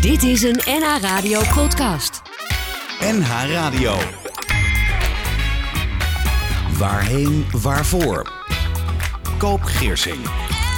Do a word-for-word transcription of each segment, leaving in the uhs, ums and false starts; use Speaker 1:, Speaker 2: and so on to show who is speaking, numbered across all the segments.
Speaker 1: Dit is een N H Radio podcast.
Speaker 2: N H Radio. Waarheen, waarvoor? Koop Geersing.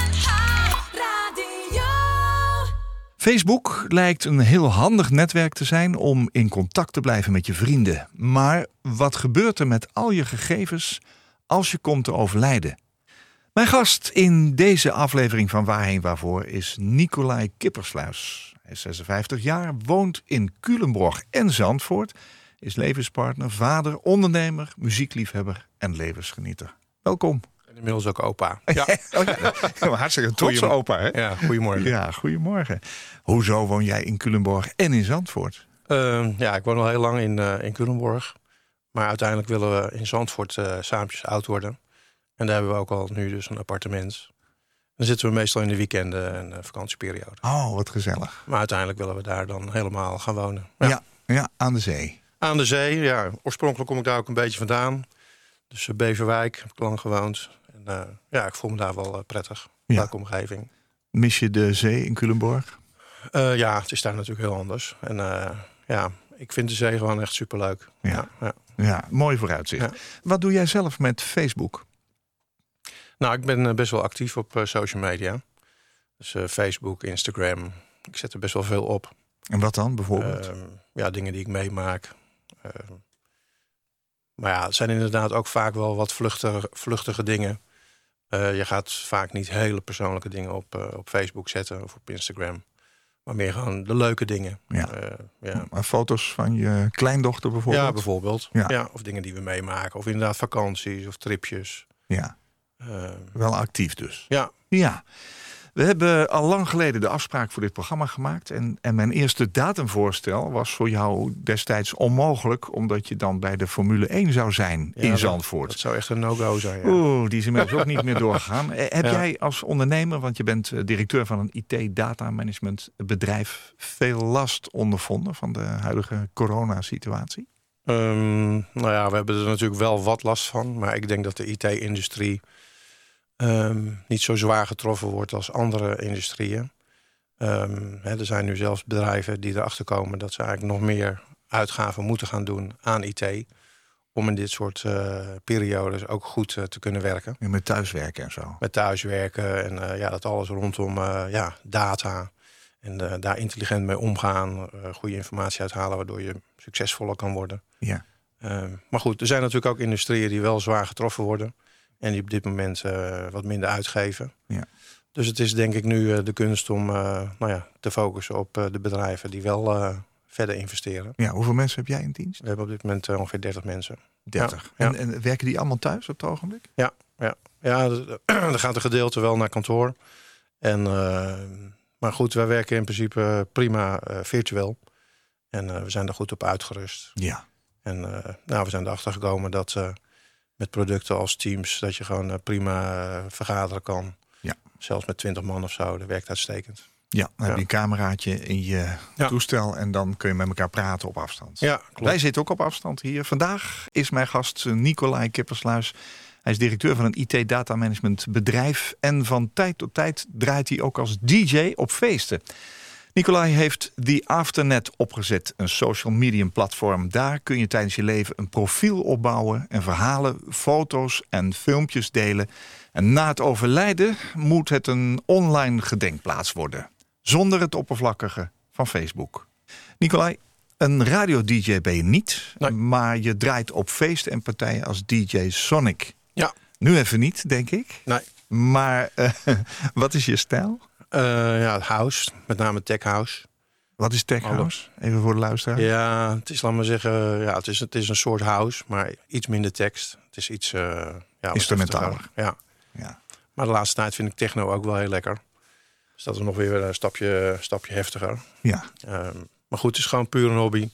Speaker 3: Facebook lijkt een heel handig netwerk te zijn om in contact te blijven met je vrienden. Maar wat gebeurt er met al je gegevens als je komt te overlijden? Mijn gast in deze aflevering van Waarheen Waarvoor is Nicolai Kippersluis. Hij is zesenvijftig jaar, woont in Culemborg en Zandvoort, is levenspartner, vader, ondernemer, muziekliefhebber en levensgenieter. Welkom.
Speaker 4: En inmiddels ook opa. Ja.
Speaker 3: Oh ja, hartstikke trotse opa, hè?
Speaker 4: Ja, goedemorgen.
Speaker 3: Ja, goedemorgen. Hoezo woon jij in Culemborg en in Zandvoort?
Speaker 4: Uh, ja, ik woon al heel lang in, uh, in Culemborg. Maar uiteindelijk willen we in Zandvoort uh, saampjes oud worden. En daar hebben we ook al nu dus een appartement. Dan zitten we meestal in de weekenden en uh, vakantieperiode.
Speaker 3: Oh, wat gezellig.
Speaker 4: Maar uiteindelijk willen we daar dan helemaal gaan wonen. Ja,
Speaker 3: ja, ja aan de zee.
Speaker 4: Aan de zee, ja. Oorspronkelijk kom ik daar ook een beetje vandaan. Dus uh, Beverwijk heb ik lang gewoond. En uh, ja, ik voel me daar wel uh, prettig.
Speaker 3: Ja.
Speaker 4: Leuke omgeving.
Speaker 3: Mis je de zee in Culemborg?
Speaker 4: Uh, ja, het is daar natuurlijk heel anders. En uh, ja, ik vind de zee gewoon echt superleuk.
Speaker 3: Ja,
Speaker 4: ja, ja.
Speaker 3: ja mooi vooruitzicht. Ja. Wat doe jij zelf met Facebook?
Speaker 4: Nou, ik ben best wel actief op uh, social media. Dus uh, Facebook, Instagram. Ik zet er best wel veel op.
Speaker 3: En wat dan bijvoorbeeld?
Speaker 4: Uh, ja, dingen die ik meemaak. Uh, maar ja, het zijn inderdaad ook vaak wel wat vluchtige, vluchtige dingen. Uh, je gaat vaak niet hele persoonlijke dingen op, uh, op Facebook zetten of op Instagram. Maar meer gewoon de leuke dingen.
Speaker 3: Ja.
Speaker 4: Uh, ja.
Speaker 3: Maar foto's van je kleindochter bijvoorbeeld?
Speaker 4: Ja, bijvoorbeeld.
Speaker 3: Ja.
Speaker 4: Ja, of dingen die we meemaken. Of inderdaad vakanties of tripjes.
Speaker 3: Ja.
Speaker 4: Uh,
Speaker 3: Wel actief dus.
Speaker 4: Ja.
Speaker 3: Ja. We hebben al lang geleden de afspraak voor dit programma gemaakt. En, en mijn eerste datumvoorstel was voor jou destijds onmogelijk, omdat je dan bij de Formule één zou zijn
Speaker 4: ja,
Speaker 3: in Zandvoort.
Speaker 4: Dat zou echt een no-go zijn. Ja.
Speaker 3: Oeh, die is inmiddels ook niet meer doorgegaan. Heb
Speaker 4: Ja.
Speaker 3: jij als ondernemer, want je bent directeur van een I T-data-management bedrijf, veel last ondervonden van de huidige coronasituatie?
Speaker 4: Um, nou ja, we hebben er natuurlijk wel wat last van. Maar ik denk dat de I T-industrie um, niet zo zwaar getroffen wordt als andere industrieën. Um, hè, er zijn nu zelfs bedrijven die erachter komen dat ze eigenlijk nog meer uitgaven moeten gaan doen aan I T. Om in dit soort uh, periodes ook goed uh, te kunnen werken.
Speaker 3: Ja, met thuiswerken en zo.
Speaker 4: Met thuiswerken en uh, ja, dat alles rondom uh, ja, data. En uh, daar intelligent mee omgaan. Uh, goede informatie uithalen waardoor je succesvoller kan worden.
Speaker 3: Ja.
Speaker 4: Uh, maar goed, er zijn natuurlijk ook industrieën die wel zwaar getroffen worden. En die op dit moment uh, wat minder uitgeven.
Speaker 3: Ja.
Speaker 4: Dus het is denk ik nu uh, de kunst om uh, nou ja, te focussen op uh, de bedrijven die wel uh, verder investeren.
Speaker 3: Ja, hoeveel mensen heb jij in dienst?
Speaker 4: We hebben op dit moment uh, ongeveer dertig mensen.
Speaker 3: dertig.
Speaker 4: Ja,
Speaker 3: en,
Speaker 4: ja.
Speaker 3: en werken die allemaal thuis op het ogenblik?
Speaker 4: Ja, ja. ja er gaat een gedeelte wel naar kantoor. En, uh, maar goed, wij werken in principe prima uh, virtueel. En uh, we zijn er goed op uitgerust.
Speaker 3: Ja.
Speaker 4: En uh, nou, we zijn erachter gekomen dat uh, met producten als Teams, dat je gewoon uh, prima uh, vergaderen kan.
Speaker 3: Ja.
Speaker 4: Zelfs met twintig man of zo, dat werkt uitstekend.
Speaker 3: Ja, dan
Speaker 4: Ja.
Speaker 3: heb je een cameraatje in je
Speaker 4: Ja.
Speaker 3: toestel en dan kun je met elkaar praten op afstand.
Speaker 4: Ja, klopt.
Speaker 3: Wij zitten ook op afstand hier. Vandaag is mijn gast Nicolai Kippersluis. Hij is directeur van een I T-data-management bedrijf. En van tijd tot tijd draait hij ook als D J op feesten. Nicolai heeft The Afternet opgezet, een social media platform. Daar kun je tijdens je leven een profiel opbouwen en verhalen, foto's en filmpjes delen. En na het overlijden moet het een online gedenkplaats worden. Zonder het oppervlakkige van Facebook. Nicolai, een radio-D J ben je niet,
Speaker 4: Nee.
Speaker 3: maar je draait op feesten en partijen als D J Sonic.
Speaker 4: Ja.
Speaker 3: Nu even niet, denk ik.
Speaker 4: Nee.
Speaker 3: Maar uh, wat is je stijl?
Speaker 4: Uh, ja, house, met name tech house.
Speaker 3: Wat is tech house? Even voor de luisteraar.
Speaker 4: Ja, het is, laat maar zeggen, ja, het is, het is een soort house, maar iets minder tekst. Het is iets uh, ja,
Speaker 3: instrumentaler.
Speaker 4: Ja.
Speaker 3: Ja.
Speaker 4: Maar de laatste tijd vind ik techno ook wel heel lekker. Dus dat is nog weer een stapje, stapje heftiger.
Speaker 3: Ja.
Speaker 4: Um, maar goed, het is gewoon puur een hobby.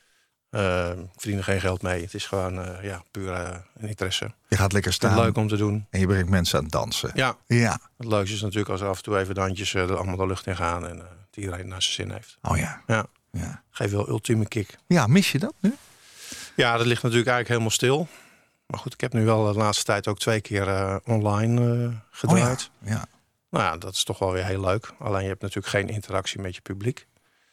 Speaker 4: Uh, ik verdien er geen geld mee. Het is gewoon uh, ja, puur uh, een interesse.
Speaker 3: Je gaat lekker staan.
Speaker 4: Leuk om te doen.
Speaker 3: En je brengt mensen aan het dansen.
Speaker 4: Ja.
Speaker 3: Ja.
Speaker 4: Het leukste is natuurlijk als er af en toe even de handjes uh, er allemaal de lucht in gaan. En uh, dat iedereen naar zijn zin heeft.
Speaker 3: Oh ja.
Speaker 4: Ja.
Speaker 3: Ja.
Speaker 4: Geeft wel ultieme kick.
Speaker 3: Ja, mis je dat nu?
Speaker 4: Ja, dat ligt natuurlijk eigenlijk helemaal stil. Maar goed, ik heb nu wel de laatste tijd ook twee keer uh, online uh, gedraaid.
Speaker 3: Oh ja. Ja.
Speaker 4: Nou ja, dat is toch wel weer heel leuk. Alleen je hebt natuurlijk geen interactie met je publiek.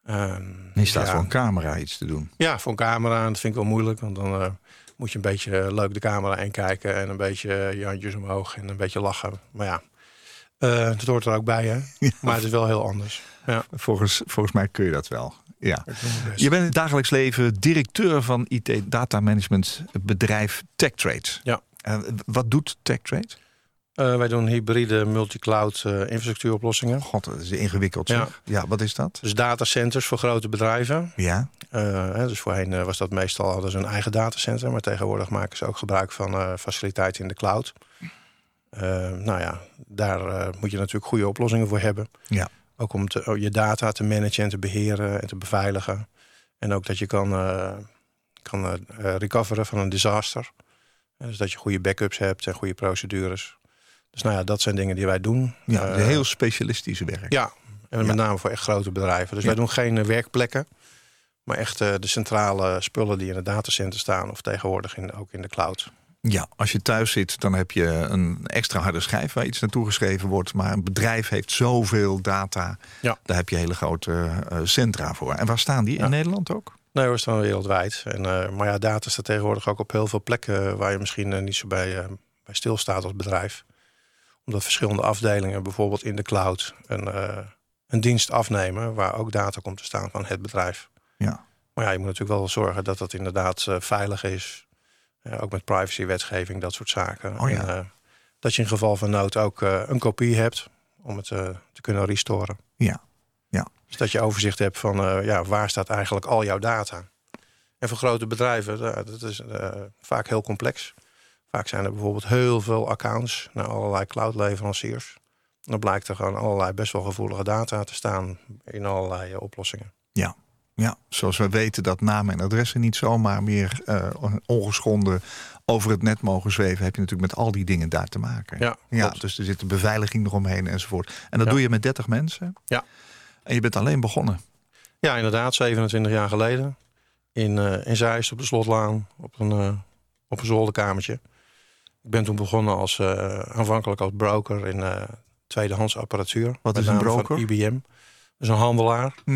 Speaker 4: Um,
Speaker 3: Je staat
Speaker 4: ja.
Speaker 3: voor een camera iets te doen.
Speaker 4: Ja, voor een camera. Dat vind ik wel moeilijk. Want dan uh, moet je een beetje leuk de camera in kijken. En een beetje je handjes omhoog. En een beetje lachen. Maar ja, uh, dat hoort er ook bij. Hè?
Speaker 3: Ja.
Speaker 4: Maar het is wel heel anders. Ja.
Speaker 3: Volgens, volgens mij kun je dat wel. Ja. Je bent in het dagelijks leven directeur van I T data management bedrijf TechTrade.
Speaker 4: Ja.
Speaker 3: Uh, wat doet TechTrade?
Speaker 4: Uh, wij doen hybride multi-cloud uh, infrastructuuroplossingen.
Speaker 3: God, dat is ingewikkeld zeg. Ja. ja, wat is dat?
Speaker 4: Dus datacenters voor grote bedrijven.
Speaker 3: Ja.
Speaker 4: Uh, hè, dus voorheen uh, was dat meestal hadden ze een eigen datacenter. Maar tegenwoordig maken ze ook gebruik van uh, faciliteiten in de cloud. Uh, nou ja, daar uh, moet je natuurlijk goede oplossingen voor hebben.
Speaker 3: Ja.
Speaker 4: Ook om te, je data te managen en te beheren en te beveiligen. En ook dat je kan, uh, kan uh, recoveren van een disaster. Uh, dus dat je goede backups hebt en goede procedures. Dus nou ja, dat zijn dingen die wij doen.
Speaker 3: Ja,
Speaker 4: uh,
Speaker 3: heel specialistische werk.
Speaker 4: Ja, en met
Speaker 3: ja.
Speaker 4: name voor echt grote bedrijven. Dus
Speaker 3: ja.
Speaker 4: wij doen geen uh, werkplekken. Maar echt uh, de centrale spullen die in het datacenter staan. Of tegenwoordig in, ook in de cloud.
Speaker 3: Ja, als je thuis zit, dan heb je een extra harde schijf waar iets naartoe geschreven wordt. Maar een bedrijf heeft zoveel data.
Speaker 4: Ja.
Speaker 3: Daar heb je hele grote uh, centra voor. En waar staan die?
Speaker 4: Ja.
Speaker 3: In Nederland ook?
Speaker 4: Nee, we staan wereldwijd. En, uh, maar ja, data staat tegenwoordig ook op heel veel plekken waar je misschien uh, niet zo bij, uh, bij stilstaat als bedrijf. Omdat verschillende afdelingen bijvoorbeeld in de cloud een, uh, een dienst afnemen waar ook data komt te staan van het bedrijf.
Speaker 3: Ja.
Speaker 4: Maar ja, je moet natuurlijk wel zorgen dat dat inderdaad uh, veilig is. Uh, ook met privacywetgeving, dat soort zaken.
Speaker 3: Oh ja.
Speaker 4: En, uh, dat je in geval van nood ook uh, een kopie hebt om het uh, te kunnen restoren.
Speaker 3: Ja. Ja.
Speaker 4: Dus dat je overzicht hebt van uh, ja, waar staat eigenlijk al jouw data. En voor grote bedrijven, uh, dat is uh, vaak heel complex. Vaak zijn er bijvoorbeeld heel veel accounts naar allerlei cloudleveranciers. En dan blijkt er gewoon allerlei best wel gevoelige data te staan in allerlei uh, oplossingen.
Speaker 3: Ja. Ja, zoals we weten dat namen en adressen niet zomaar meer uh, ongeschonden over het net mogen zweven, heb je natuurlijk met al die dingen daar te maken.
Speaker 4: Ja,
Speaker 3: ja dus er zit een beveiliging eromheen enzovoort. En dat
Speaker 4: ja.
Speaker 3: doe je met dertig mensen.
Speaker 4: Ja.
Speaker 3: En je bent alleen begonnen.
Speaker 4: Ja, inderdaad, zevenentwintig jaar geleden. In, uh, in Zeist op de Slotlaan, op een, uh, op een zolderkamertje. Ik ben toen begonnen als uh, aanvankelijk als broker in uh, tweedehands apparatuur.
Speaker 3: Wat is een broker?
Speaker 4: Van I B M. Dus een handelaar.
Speaker 3: Hm.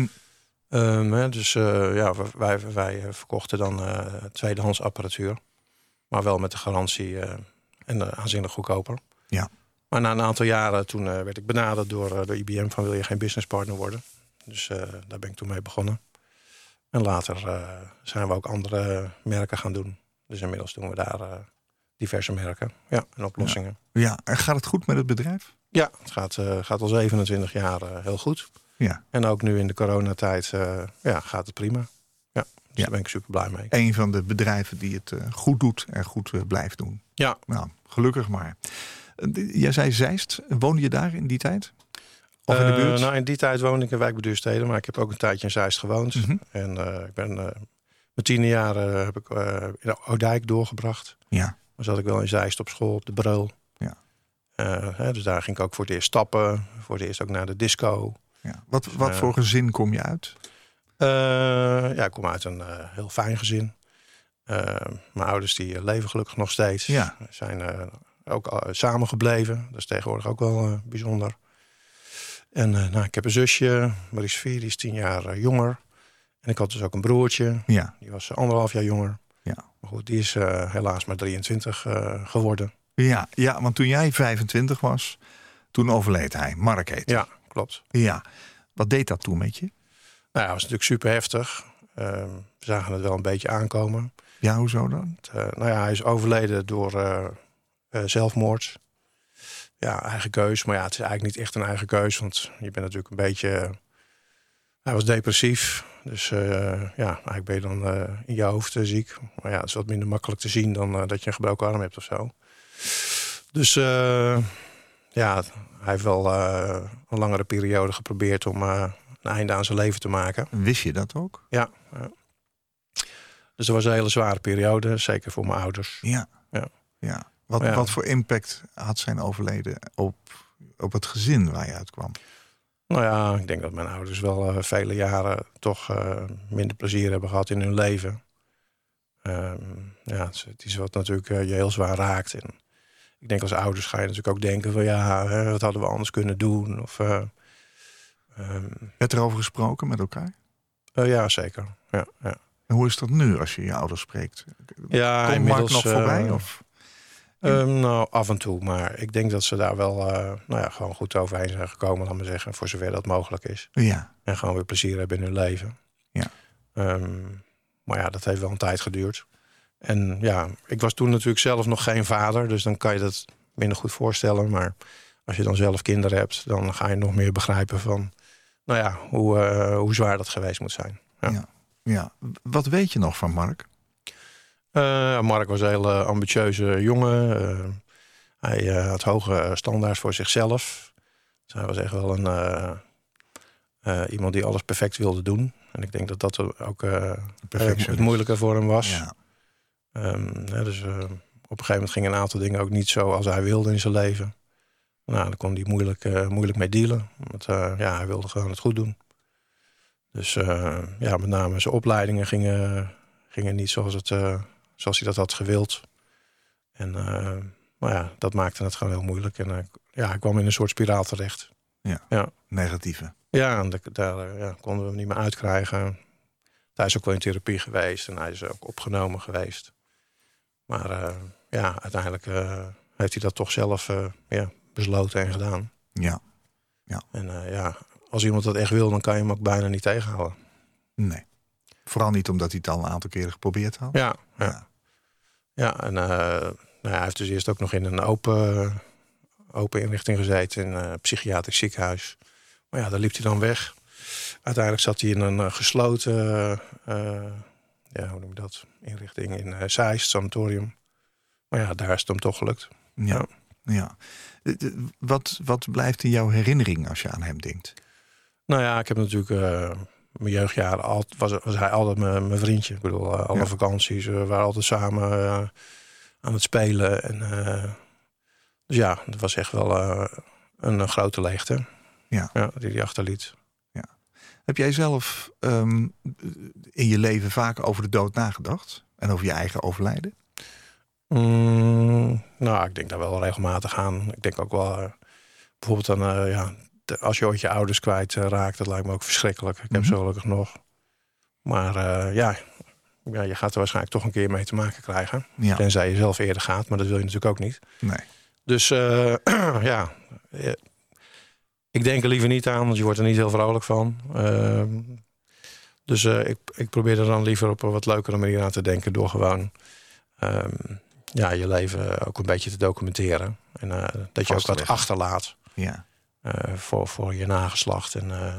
Speaker 4: Um, hè, dus uh, ja, wij, wij verkochten dan uh, tweedehands apparatuur. Maar wel met de garantie uh, en uh, aanzienlijk goedkoper.
Speaker 3: Ja.
Speaker 4: Maar na een aantal jaren toen uh, werd ik benaderd door, uh, door I B M van wil je geen businesspartner worden. Dus uh, daar ben ik toen mee begonnen. En later uh, zijn we ook andere merken gaan doen. Dus inmiddels doen we daar uh, diverse merken ja, en oplossingen.
Speaker 3: Ja. ja, en gaat het goed met het bedrijf?
Speaker 4: Ja, het gaat, uh, gaat al zevenentwintig jaar uh, heel goed.
Speaker 3: Ja.
Speaker 4: En ook nu in de coronatijd uh, ja, gaat het prima. Ja, dus
Speaker 3: ja.
Speaker 4: daar ben ik super blij mee.
Speaker 3: Een van de bedrijven die het uh, goed doet en goed uh, blijft doen.
Speaker 4: Ja.
Speaker 3: Nou, gelukkig maar. Uh, jij zei Zeist. Woonde je daar in die tijd? Of in de buurt?
Speaker 4: Uh, nou, in die tijd woonde ik in Wijk bij Duurstede. Maar ik heb ook een tijdje in Zeist gewoond.
Speaker 3: Mm-hmm.
Speaker 4: En uh, ik ben uh, mijn tiende jaren heb ik uh, in Oudijk doorgebracht.
Speaker 3: Ja.
Speaker 4: Dan zat ik wel in Zeist op school, op de Breul.
Speaker 3: Ja.
Speaker 4: Uh, hè, dus daar ging ik ook voor het eerst stappen. Voor het eerst ook naar de disco.
Speaker 3: Ja. Wat, wat voor gezin kom je uit?
Speaker 4: Uh, ja, ik kom uit een uh, heel fijn gezin. Uh, mijn ouders die leven gelukkig nog steeds.
Speaker 3: Ja.
Speaker 4: Zijn uh, ook uh, samengebleven. Dat is tegenwoordig ook wel uh, bijzonder. En uh, nou, ik heb een zusje, Maries Vier, die is tien jaar uh, jonger. En ik had dus ook een broertje.
Speaker 3: Ja.
Speaker 4: Die was uh, anderhalf jaar jonger.
Speaker 3: Ja.
Speaker 4: Maar goed, die is uh, helaas maar drieëntwintig uh, geworden.
Speaker 3: Ja, ja, want toen jij vijfentwintig was, toen overleed hij. Mark heet.
Speaker 4: Ja, klopt.
Speaker 3: Ja. Wat deed dat toen met je?
Speaker 4: Nou ja, dat was natuurlijk super heftig. Uh, we zagen het wel een beetje aankomen.
Speaker 3: Ja, hoezo dan?
Speaker 4: Uh, nou ja, hij is overleden door uh, uh, zelfmoord. Ja, eigen keus. Maar ja, het is eigenlijk niet echt een eigen keus. Want je bent natuurlijk een beetje... Uh, hij was depressief. Dus uh, ja, eigenlijk ben je dan uh, in je hoofd uh, ziek. Maar ja, het is wat minder makkelijk te zien dan uh, dat je een gebroken arm hebt of zo. Dus uh, ja, hij heeft wel uh, een langere periode geprobeerd om uh, een einde aan zijn leven te maken.
Speaker 3: Wist je dat ook?
Speaker 4: Ja. Uh. Dus dat was een hele zware periode. Zeker voor mijn ouders.
Speaker 3: Ja.
Speaker 4: Ja.
Speaker 3: ja. Wat,
Speaker 4: ja.
Speaker 3: wat voor impact had zijn overleden op, op het gezin waar je uitkwam?
Speaker 4: Nou ja, ik denk dat mijn ouders wel uh, vele jaren toch uh, minder plezier hebben gehad in hun leven. Um, ja, het is, het is wat natuurlijk uh, je heel zwaar raakt. En ik denk als ouders ga je natuurlijk ook denken van ja, hè, wat hadden we anders kunnen doen? Of, uh, um...
Speaker 3: Werd er over gesproken met elkaar?
Speaker 4: Uh, ja, zeker. Ja, ja.
Speaker 3: En hoe is dat nu als je je ouders spreekt?
Speaker 4: Ja,
Speaker 3: Komt
Speaker 4: inmiddels
Speaker 3: Mark nog voorbij?
Speaker 4: Uh,
Speaker 3: of?
Speaker 4: Um, nou, af en toe. Maar ik denk dat ze daar wel uh, nou ja, gewoon goed overheen zijn gekomen, laat maar zeggen. Voor zover dat mogelijk is.
Speaker 3: Ja.
Speaker 4: En gewoon weer plezier hebben in hun leven.
Speaker 3: Ja.
Speaker 4: Um, maar ja, dat heeft wel een tijd geduurd. En ja, ik was toen natuurlijk zelf nog geen vader. Dus dan kan je dat minder goed voorstellen. Maar als je dan zelf kinderen hebt, dan ga je nog meer begrijpen van, nou ja, hoe, uh, hoe zwaar dat geweest moet zijn. Ja.
Speaker 3: Ja. Ja. Wat weet je nog van Mark?
Speaker 4: Uh, Mark was een hele ambitieuze jongen. Uh, hij uh, had hoge standaards voor zichzelf. Dus hij was echt wel een uh, uh, iemand die alles perfect wilde doen. En ik denk dat dat ook uh, het moeilijke voor hem was. Ja. Um, ja, dus uh, op een gegeven moment gingen een aantal dingen ook niet zo als hij wilde in zijn leven. Nou, daar kon hij moeilijk, uh, moeilijk mee dealen. Want uh, ja, hij wilde gewoon het goed doen. Dus uh, ja, met name zijn opleidingen gingen, gingen niet zoals, het, uh, zoals hij dat had gewild. En uh, maar ja, dat maakte het gewoon heel moeilijk. En uh, ja, hij kwam in een soort spiraal terecht.
Speaker 3: Ja,
Speaker 4: ja.
Speaker 3: Negatieve.
Speaker 4: Ja, en daar ja, konden we hem niet meer uitkrijgen. Hij is ook wel in therapie geweest en hij is ook opgenomen geweest. Maar uh, ja, uiteindelijk uh, heeft hij dat toch zelf uh, ja, besloten en gedaan.
Speaker 3: Ja. Ja.
Speaker 4: En uh, ja, als iemand dat echt wil, dan kan je hem ook bijna niet tegenhouden.
Speaker 3: Nee. Vooral niet omdat hij het al een aantal keren geprobeerd had.
Speaker 4: Ja, ja.
Speaker 3: ja.
Speaker 4: ja en uh, nou ja, hij heeft dus eerst ook nog in een open, open inrichting gezeten, in een psychiatrisch ziekenhuis. Maar ja, daar liep hij dan weg. Uiteindelijk zat hij in een uh, gesloten uh, ja, hoe noem je dat? inrichting in uh, Zeist, sanatorium. Maar ja, daar is het hem toch gelukt.
Speaker 3: Ja. ja. ja. Wat, wat blijft in jouw herinnering als je aan hem denkt?
Speaker 4: Nou ja, ik heb natuurlijk uh, mijn jeugdjaren altijd, was, was hij altijd mijn, mijn vriendje. Ik bedoel, uh, alle ja. vakanties, we waren altijd samen uh, aan het spelen. En, uh, dus ja, dat was echt wel uh, een, een grote leegte. Ja. Ja, die hij achterliet.
Speaker 3: Ja. Heb jij zelf um, in je leven vaak over de dood nagedacht? En over je eigen overlijden?
Speaker 4: Mm, nou, ik denk daar wel regelmatig aan. Ik denk ook wel, uh, bijvoorbeeld dan, uh, ja, de, als je ooit je ouders kwijt uh, raakt, dat lijkt me ook verschrikkelijk. Ik mm-hmm. heb ze gelukkig nog. Maar uh, ja, ja, je gaat er waarschijnlijk toch een keer mee te maken krijgen. Ja. Tenzij je zelf eerder gaat, maar dat wil je natuurlijk ook niet.
Speaker 3: Nee.
Speaker 4: Dus uh, ja, ik denk er liever niet aan, want je wordt er niet heel vrolijk van. Uh, dus uh, ik, ik probeer er dan liever op een wat leukere manier aan te denken door gewoon Um, ja, je leven ook een beetje te documenteren. En uh, dat je ook wat achterlaat.
Speaker 3: Ja.
Speaker 4: Uh, voor, voor je nageslacht. En, uh,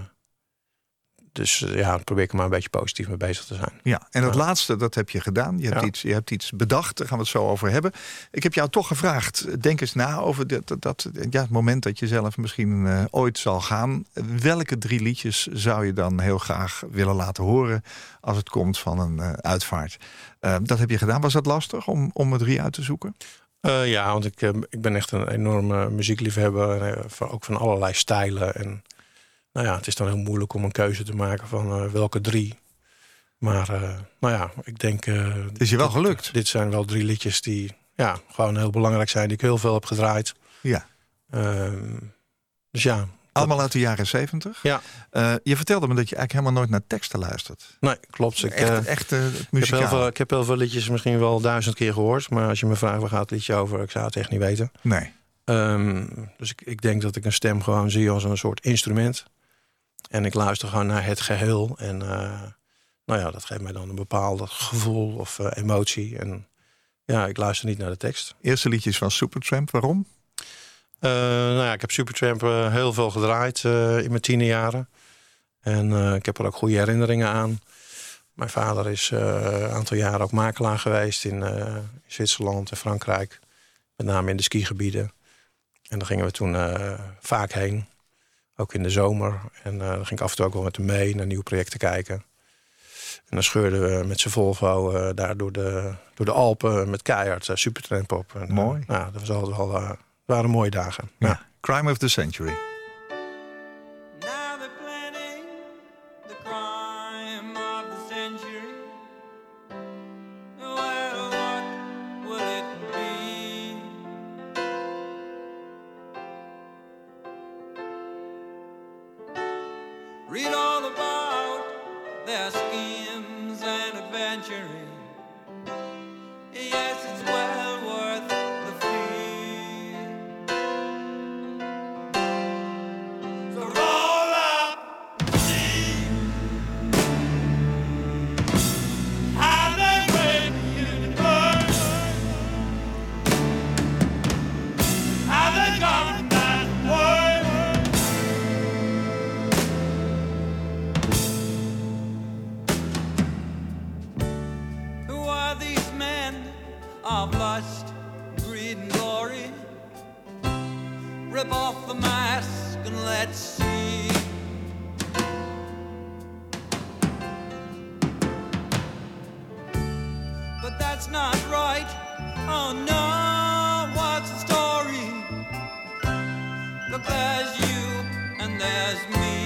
Speaker 4: dus uh, ja, probeer ik er maar een beetje positief mee bezig te zijn.
Speaker 3: Ja, en dat
Speaker 4: ja.
Speaker 3: laatste, dat heb je gedaan. Je hebt, ja. iets, je hebt iets bedacht, daar gaan we het zo over hebben. Ik heb jou toch gevraagd, denk eens na over dat, dat, dat, ja, het moment dat je zelf misschien uh, ooit zal gaan. Welke drie liedjes zou je dan heel graag willen laten horen als het komt van een uh, uitvaart? Uh, dat heb je gedaan. Was dat lastig om, om er drie uit te zoeken?
Speaker 4: Uh, ja, want ik, uh, ik ben echt een enorme muziekliefhebber. Uh, van, ook van allerlei stijlen. En nou ja, het is dan heel moeilijk om een keuze te maken van uh, welke drie. Maar uh, nou ja, ik denk... Uh,
Speaker 3: het is je wel
Speaker 4: dit,
Speaker 3: gelukt.
Speaker 4: Dit zijn wel drie liedjes die ja, gewoon heel belangrijk zijn. Die ik heel veel heb gedraaid.
Speaker 3: Ja.
Speaker 4: Uh, dus ja...
Speaker 3: Allemaal uit de jaren zeventig.
Speaker 4: Ja.
Speaker 3: Uh, je vertelde me dat je eigenlijk helemaal nooit naar teksten luistert.
Speaker 4: Nee, klopt. Ik,
Speaker 3: echt, uh, echt uh, het
Speaker 4: ik, heb heel veel, ik heb heel veel liedjes misschien wel duizend keer gehoord. Maar als je me vraagt, waar gaat het liedje over? Ik zou het echt niet weten.
Speaker 3: Nee.
Speaker 4: Um, dus ik, ik denk dat ik een stem gewoon zie als een soort instrument. En ik luister gewoon naar het geheel. En uh, nou ja, dat geeft mij dan een bepaald gevoel of uh, emotie. En ja, ik luister niet naar de tekst.
Speaker 3: Eerste liedjes van Supertramp, waarom?
Speaker 4: Uh, nou ja, ik heb Supertramp uh, heel veel gedraaid uh, in mijn tienerjaren. En uh, ik heb er ook goede herinneringen aan. Mijn vader is uh, een aantal jaren ook makelaar geweest in, uh, in Zwitserland en Frankrijk. Met name in de skigebieden. En daar gingen we toen uh, vaak heen. Ook in de zomer. En uh, dan ging ik af en toe ook wel met hem mee naar nieuwe projecten kijken. En dan scheurden we met zijn Volvo uh, daar door de, door de Alpen met keihard uh, Supertramp op. En,
Speaker 3: mooi.
Speaker 4: Uh, nou, dat was altijd wel... Uh, Het waren mooie dagen.
Speaker 3: Ja. Ja. Crime of the Century.
Speaker 5: Now they're planning the crime of the century. Well, what will it be? Read all about their schemes and adventuring. Yes, it's well worth the fee. So roll up the steam. How they break you to burn. How they got that word. Who are these men of lust, greed and glory? Rip off the mask and let's see. But that's not right. Oh no, what's the story? Look, there's you and there's me.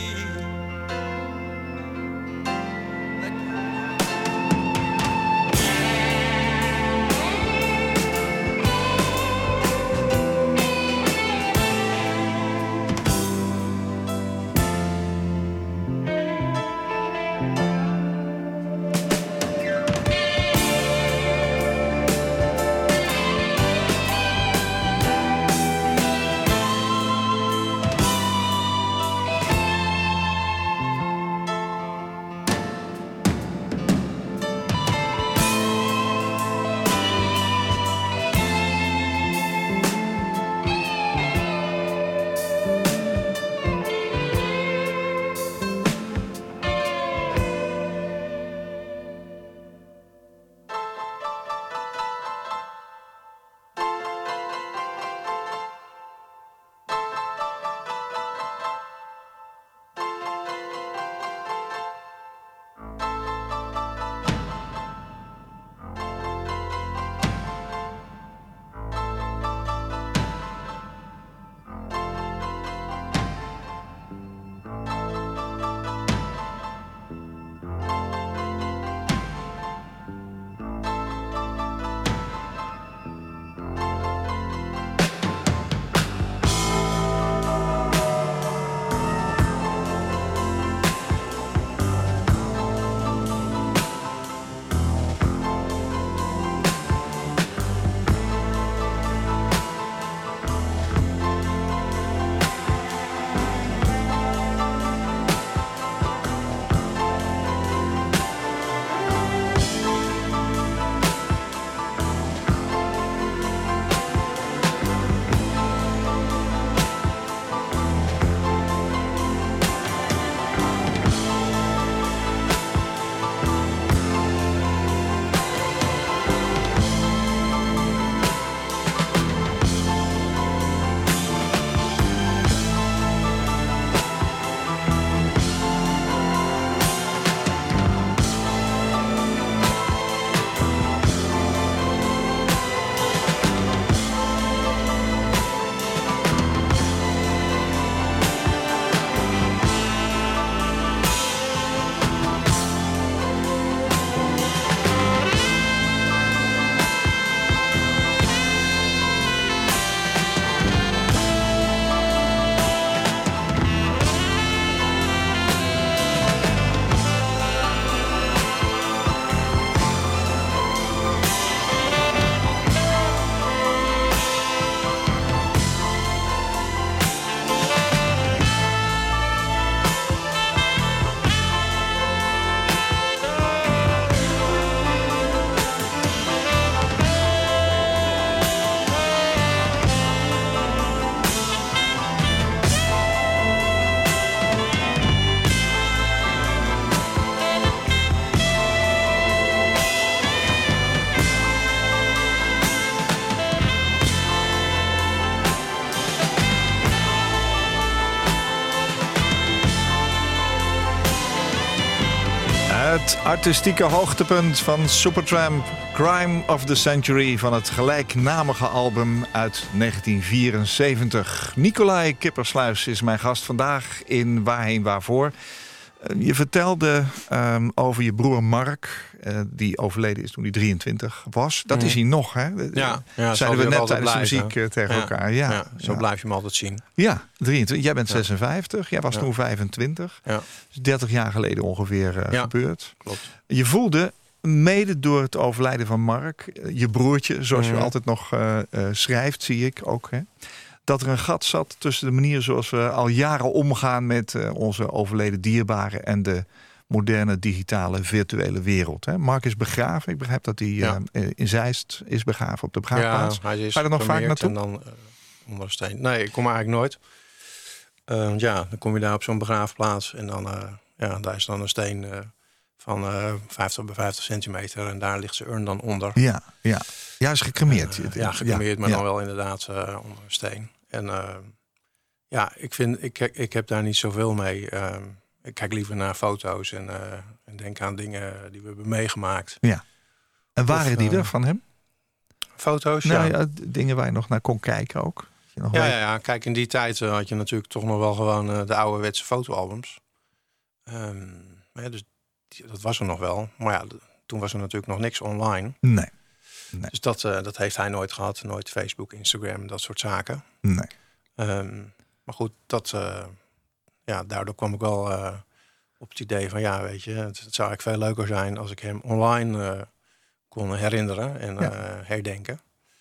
Speaker 3: Het artistieke hoogtepunt van Supertramp, Crime of the Century, van het gelijknamige album uit negentien vierenzeventig. Nicolai Kippersluis is mijn gast vandaag in Waarheen Waarvoor. Uh, je vertelde um, over je broer Mark, uh, die overleden is toen hij drieëntwintig was. Dat mm. is hij nog, hè?
Speaker 4: Ja, ja
Speaker 3: zeiden we net tijdens
Speaker 4: blijven.
Speaker 3: de muziek uh, tegen
Speaker 4: ja,
Speaker 3: elkaar. Ja,
Speaker 4: ja, zo
Speaker 3: ja.
Speaker 4: blijf je hem altijd zien.
Speaker 3: Ja, drieëntwintig. Jij bent
Speaker 4: ja.
Speaker 3: zesenvijftig, jij was
Speaker 4: ja.
Speaker 3: toen vijfentwintig.
Speaker 4: Ja.
Speaker 3: Dus dertig jaar geleden ongeveer uh,
Speaker 4: ja.
Speaker 3: gebeurd.
Speaker 4: Klopt.
Speaker 3: Je voelde, mede door het overlijden van Mark, je broertje, zoals mm. je altijd nog uh, uh, schrijft, zie ik ook, hè, dat er een gat zat tussen de manier zoals we al jaren omgaan met uh, onze overleden dierbaren en de moderne digitale virtuele wereld. Hè. Mark is begraven. Ik begrijp dat hij
Speaker 4: ja.
Speaker 3: uh, in Zeist is begraven op de begraafplaats.
Speaker 4: Ja, hij is
Speaker 3: Ga je er nog vaak naartoe?
Speaker 4: En dan uh, onder een steen. Nee, ik kom eigenlijk nooit. Uh, ja, dan kom je daar op zo'n begraafplaats en dan, uh, ja, daar is dan een steen uh, van uh, vijftig bij vijftig centimeter en daar ligt zijn urn dan onder.
Speaker 3: Ja, ja. Ja, is gecremeerd.
Speaker 4: Uh, ja, gecremeerd, ja, maar
Speaker 3: ja.
Speaker 4: dan wel inderdaad uh, onder een steen. En uh, ja, ik vind, ik, ik heb daar niet zoveel mee. Uh, ik kijk liever naar foto's en, uh, en denk aan dingen die we hebben meegemaakt.
Speaker 3: Ja. En waren
Speaker 4: of,
Speaker 3: die
Speaker 4: uh,
Speaker 3: er van hem?
Speaker 4: Foto's,
Speaker 3: nou,
Speaker 4: ja.
Speaker 3: ja. Dingen waar je nog naar kon kijken ook. Je nog
Speaker 4: ja,
Speaker 3: weet...
Speaker 4: ja, ja, kijk, in die tijd uh, had je natuurlijk toch nog wel gewoon uh, de ouderwetse fotoalbums. Um, ja, dus die, dat was er nog wel. Maar ja, d- toen was er natuurlijk nog niks online.
Speaker 3: Nee. nee.
Speaker 4: Dus dat, uh, dat heeft hij nooit gehad. Nooit Facebook, Instagram, dat soort zaken.
Speaker 3: Nee.
Speaker 4: Um, maar goed, dat, uh, ja, daardoor kwam ik wel uh, op het idee van... ja, weet je, het, het zou eigenlijk veel leuker zijn... als ik hem online uh, kon herinneren en ja. uh, herdenken.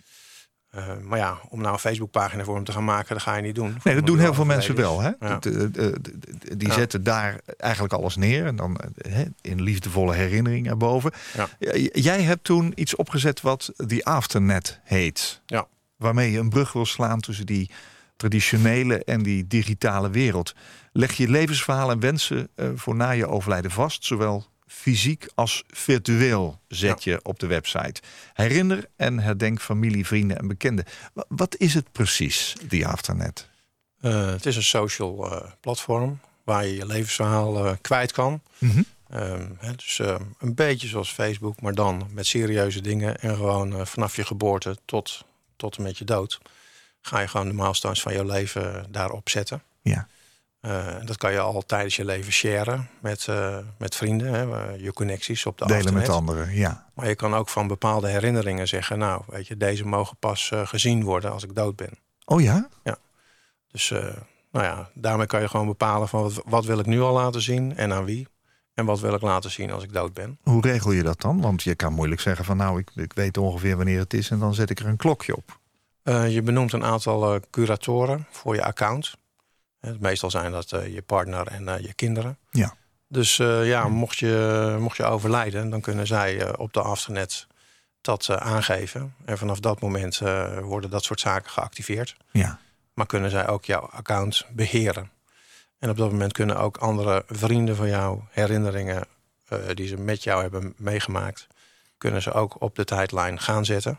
Speaker 4: Uh, maar ja, om nou een Facebookpagina voor hem te gaan maken... dat ga je niet doen.
Speaker 3: Nee, dat doen heel veel mensen
Speaker 4: is.
Speaker 3: wel. Hè?
Speaker 4: Ja.
Speaker 3: De, de, de, de, die
Speaker 4: ja.
Speaker 3: zetten daar eigenlijk alles neer. En dan he, in liefdevolle herinnering erboven.
Speaker 4: Ja.
Speaker 3: Jij hebt toen iets opgezet wat The Afternet heet.
Speaker 4: Ja.
Speaker 3: Waarmee je een brug wil slaan tussen die traditionele en die digitale wereld. Leg je levensverhaal en wensen uh, voor na je overlijden vast. Zowel fysiek als virtueel zet je ja. op de website. Herinner en herdenk familie, vrienden en bekenden. W- wat is het precies, The Afternet?
Speaker 4: Uh, het is een social uh, platform waar je je levensverhaal uh, kwijt kan.
Speaker 3: Mm-hmm.
Speaker 4: Um, he, dus uh, een beetje zoals Facebook, maar dan met serieuze dingen. En gewoon uh, vanaf je geboorte tot, tot en met je dood... ga je gewoon de milestones van je leven daarop zetten.
Speaker 3: Ja.
Speaker 4: Uh, en dat kan je al tijdens je leven sharen met, uh, met vrienden. Hè, je connecties op de
Speaker 3: Delen
Speaker 4: Afternet.
Speaker 3: met anderen, ja.
Speaker 4: Maar je kan ook van bepaalde herinneringen zeggen... nou, weet je, deze mogen pas uh, gezien worden als ik dood ben.
Speaker 3: Oh ja?
Speaker 4: Ja. Dus uh, nou ja, daarmee kan je gewoon bepalen... van wat, wat wil ik nu al laten zien en aan wie... en wat wil ik laten zien als ik dood ben.
Speaker 3: Hoe regel je dat dan? Want je kan moeilijk zeggen van... nou, ik, ik weet ongeveer wanneer het is... en dan zet ik er een klokje op.
Speaker 4: Uh, je benoemt een aantal uh, curatoren voor je account... Meestal zijn dat uh, je partner en uh, je kinderen.
Speaker 3: Ja.
Speaker 4: Dus uh, ja, mocht je, mocht je overlijden... dan kunnen zij uh, op de Afternet dat uh, aangeven. En vanaf dat moment uh, worden dat soort zaken geactiveerd.
Speaker 3: Ja.
Speaker 4: Maar kunnen zij ook jouw account beheren. En op dat moment kunnen ook andere vrienden van jou... herinneringen uh, die ze met jou hebben meegemaakt... kunnen ze ook op de tijdlijn gaan zetten.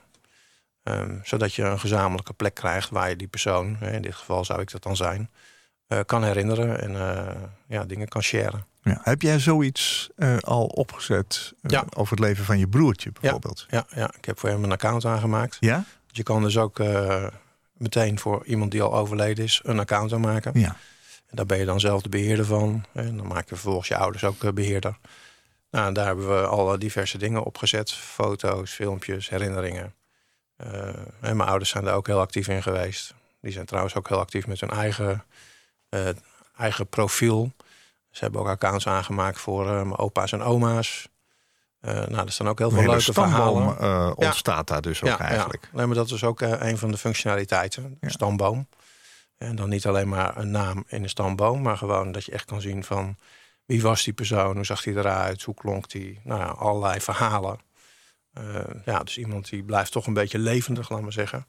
Speaker 4: Um, zodat je een gezamenlijke plek krijgt... waar je die persoon, in dit geval zou ik dat dan zijn... Uh, kan herinneren en uh, ja, dingen kan sharen.
Speaker 3: Ja. Heb jij zoiets uh, al opgezet uh,
Speaker 4: ja.
Speaker 3: over het leven van je broertje bijvoorbeeld?
Speaker 4: Ja, ja, ja, ik heb voor hem een account aangemaakt.
Speaker 3: Ja?
Speaker 4: Je kan dus ook uh, meteen voor iemand die al overleden is een account aanmaken.
Speaker 3: Ja.
Speaker 4: En daar ben je dan zelf de beheerder van. En dan maak je vervolgens je ouders ook uh, beheerder. Nou, en daar hebben we al diverse dingen opgezet. Foto's, filmpjes, herinneringen. Uh, en mijn ouders zijn daar ook heel actief in geweest. Die zijn trouwens ook heel actief met hun eigen... Uh, eigen profiel. Ze hebben ook accounts aangemaakt voor uh, mijn opa's en oma's. Uh, nou, er staan ook heel veel leuke verhalen.
Speaker 3: Uh, ontstaat ja. daar dus ook
Speaker 4: ja,
Speaker 3: eigenlijk.
Speaker 4: Ja. Nee, maar dat is ook uh, een van de functionaliteiten. Ja. Stamboom. En dan niet alleen maar een naam in een stamboom... maar gewoon dat je echt kan zien van... wie was die persoon, hoe zag hij eruit, hoe klonk die? Nou ja, allerlei verhalen. Uh, ja, dus iemand die blijft toch een beetje levendig, laat maar zeggen.